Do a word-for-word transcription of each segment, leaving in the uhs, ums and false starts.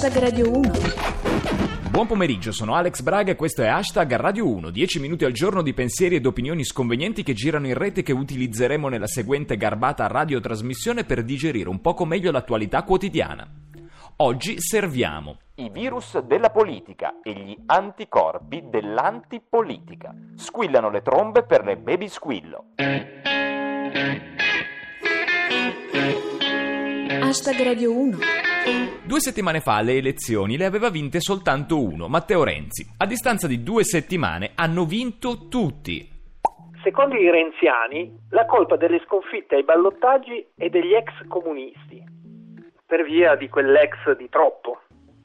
Hashtag Radio uno. Buon pomeriggio, sono Alex Braga e questo è Hashtag Radio uno, dieci minuti al giorno di pensieri ed opinioni sconvenienti che girano in rete e che utilizzeremo nella seguente garbata radiotrasmissione per digerire un poco meglio l'attualità quotidiana. Oggi serviamo i virus della politica e gli anticorpi dell'antipolitica. Squillano le trombe per le baby squillo. Hashtag Radio uno. Due settimane fa le elezioni le aveva vinte soltanto uno, Matteo Renzi. A distanza di due settimane hanno vinto tutti. Secondo i renziani, la colpa delle sconfitte ai ballottaggi è degli ex comunisti, per via di quell'ex di troppo.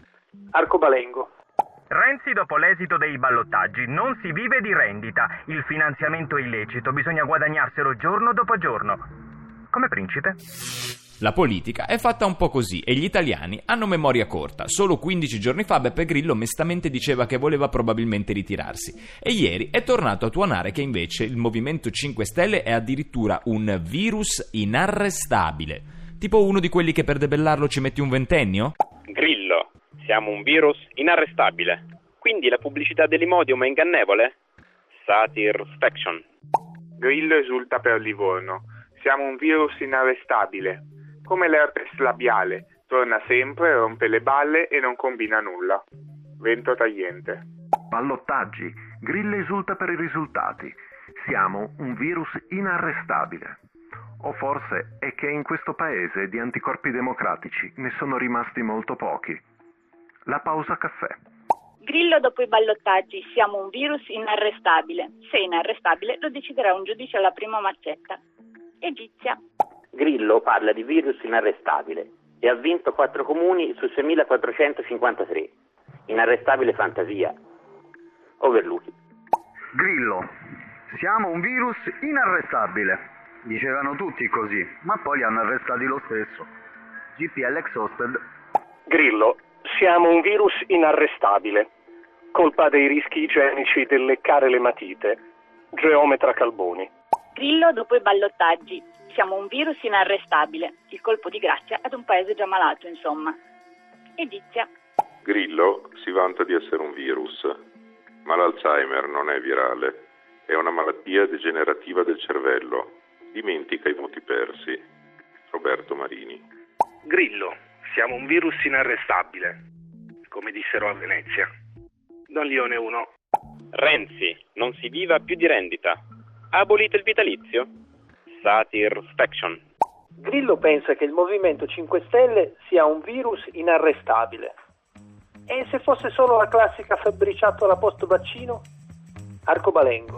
Arcobalengo. Renzi, dopo l'esito dei ballottaggi, non si vive di rendita. Il finanziamento è illecito, bisogna guadagnarselo giorno dopo giorno. Come principe. La politica è fatta un po' così e gli italiani hanno memoria corta. Solo quindici giorni fa Beppe Grillo mestamente diceva che voleva probabilmente ritirarsi e ieri è tornato a tuonare che invece il Movimento cinque Stelle è addirittura un virus inarrestabile. Tipo uno di quelli che per debellarlo ci metti un ventennio? Grillo, siamo un virus inarrestabile. Quindi la pubblicità dell'Imodium è ingannevole? Satisfaction. Grillo esulta per Livorno. Siamo un virus inarrestabile. Come l'herpes labiale, torna sempre, rompe le balle e non combina nulla. Vento tagliente. Ballottaggi. Grillo esulta per i risultati. Siamo un virus inarrestabile. O forse è che in questo paese di anticorpi democratici ne sono rimasti molto pochi. La pausa caffè. Grillo dopo i ballottaggi, siamo un virus inarrestabile. Se è inarrestabile lo deciderà un giudice alla prima mazzetta. Egizia. Grillo parla di virus inarrestabile e ha vinto quattro comuni su seimilaquattrocentocinquantatré. Inarrestabile fantasia. Overluchi. Grillo, siamo un virus inarrestabile. Dicevano tutti così, ma poi li hanno arrestati lo stesso. G P L exhausted. Grillo, siamo un virus inarrestabile. Colpa dei rischi igienici del leccare le matite. Geometra Calboni. Grillo dopo i ballottaggi. Siamo un virus inarrestabile. Il colpo di grazia ad un paese già malato, insomma. Egizia. Grillo si vanta di essere un virus, ma l'Alzheimer non è virale. È una malattia degenerativa del cervello. Dimentica i voti persi. Roberto Marini. Grillo, siamo un virus inarrestabile. Come dissero a Venezia. Don Lione uno. Renzi, non si viva più di rendita. Ha abolito il vitalizio? Satisfaction. Grillo pensa che il Movimento cinque Stelle sia un virus inarrestabile. E se fosse solo la classica febbriciattola post vaccino? Arcobalengo.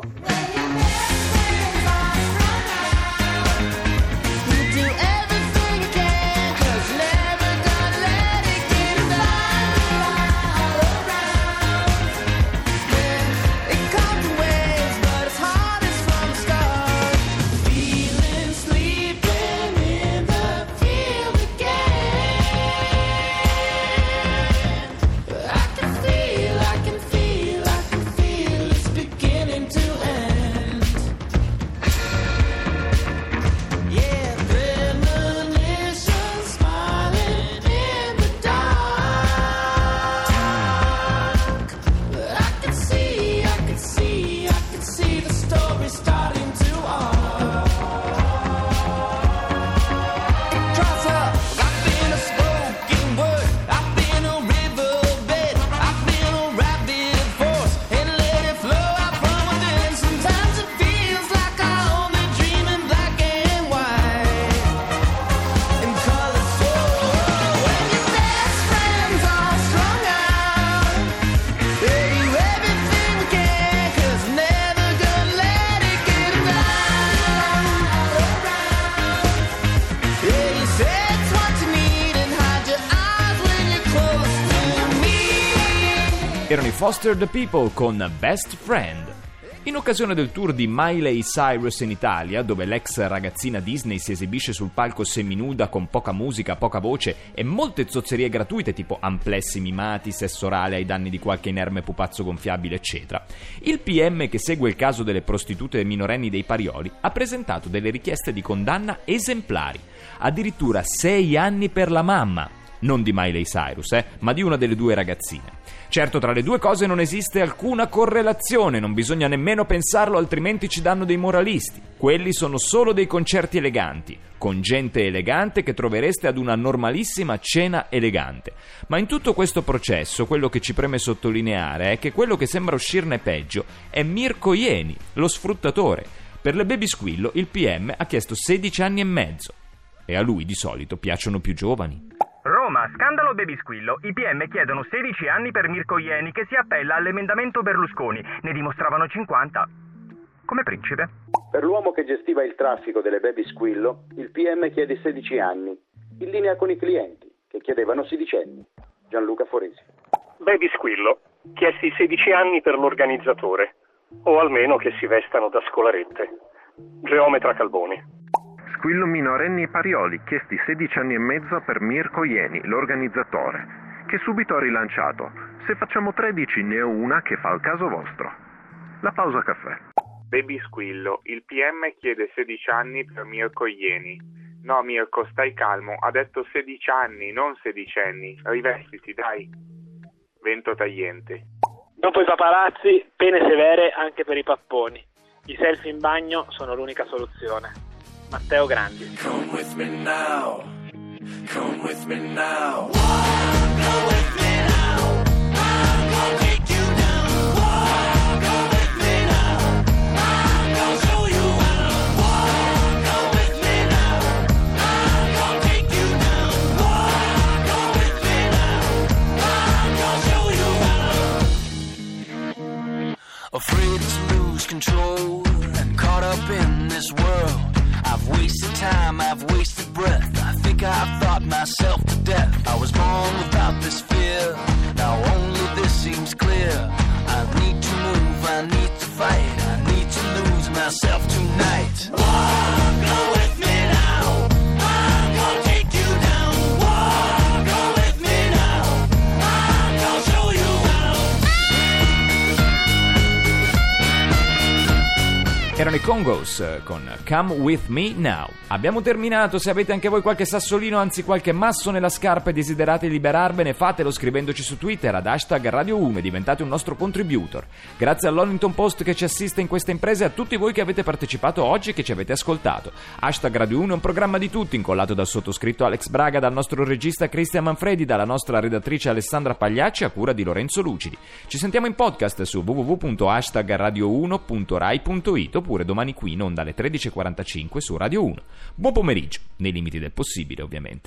Erano i Foster the People con Best Friend. In occasione del tour di Miley Cyrus in Italia, dove l'ex ragazzina Disney si esibisce sul palco seminuda con poca musica, poca voce e molte zozzerie gratuite tipo amplessi mimati, sesso orale ai danni di qualche inerme pupazzo gonfiabile, eccetera, il P M che segue il caso delle prostitute minorenni dei Parioli ha presentato delle richieste di condanna esemplari, addirittura sei anni per la mamma. non di Miley Cyrus, eh, ma di una delle due ragazzine. Certo, tra le due cose non esiste alcuna correlazione, non bisogna nemmeno pensarlo, altrimenti ci danno dei moralisti. Quelli sono solo dei concerti eleganti, con gente elegante che trovereste ad una normalissima cena elegante. Ma in tutto questo processo, quello che ci preme sottolineare è che quello che sembra uscirne peggio è Mirko Ieni, lo sfruttatore. Per le Baby Squillo il P M ha chiesto sedici anni e mezzo. E a lui di solito piacciono più giovani. Roma, scandalo Baby Squillo. I P M chiedono sedici anni per Mirko Ieni che si appella all'emendamento Berlusconi. Ne dimostravano cinquanta. Come principe. Per l'uomo che gestiva il traffico delle Baby Squillo, il P M chiede sedici anni, in linea con i clienti, che chiedevano sedicenni. Gianluca Foresi. Baby Squillo, chiesti sedici anni per l'organizzatore, o almeno che si vestano da scolarette. Geometra Calboni. Squillo minorenni e Parioli, chiesti sedici anni e mezzo per Mirko Ieni, l'organizzatore, che subito ha rilanciato. Se facciamo tredici ne ho una che fa al caso vostro. La pausa caffè. Baby Squillo, il P M chiede sedici anni per Mirko Ieni. No Mirko, stai calmo, ha detto sedici anni, non sedicenni. Rivestiti, dai. Vento tagliente. Dopo i paparazzi, pene severe anche per i papponi. I selfie in bagno sono l'unica soluzione. Matteo Grandi. Come with me now. Come with me now. Go with me now. I'm gonna take you down. Go with me now. I'm gonna show you how. Go with me now. I'm gonna take you down. Go with me now. I'm gonna show you how. Afraid to lose control and caught up in this world. I've wasted time, I've wasted breath. I think I've thought myself to death. I was born without this fear. Now only this seems clear. I need to move, I need to fight. I need to lose myself tonight. Walk, go with me now. I'm gonna take you down. Walk, go with me now. I'm gonna show you how. Erano i Congos con Come With Me Now. Abbiamo terminato. Se avete anche voi qualche sassolino, anzi qualche masso nella scarpa e desiderate liberarvene, fatelo scrivendoci su Twitter ad hashtag Radio uno e diventate un nostro contributor. Grazie all'Huffington Post che ci assiste in questa impresa e a tutti voi che avete partecipato oggi e che ci avete ascoltato. Hashtag Radio uno è un programma di tutti, incollato dal sottoscritto Alex Braga, dal nostro regista Cristian Manfredi, dalla nostra redattrice Alessandra Pagliacci, a cura di Lorenzo Lucidi. Ci sentiamo in podcast su w w w punto hashtag radio uno punto rai punto it oppure domani qui in onda alle tredici e quarantacinque su Radio uno. Buon pomeriggio, nei limiti del possibile ovviamente.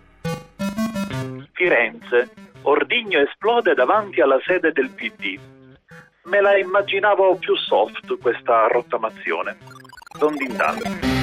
Firenze. Ordigno esplode davanti alla sede del P D. Me la immaginavo più soft questa rottamazione. Don Dindano.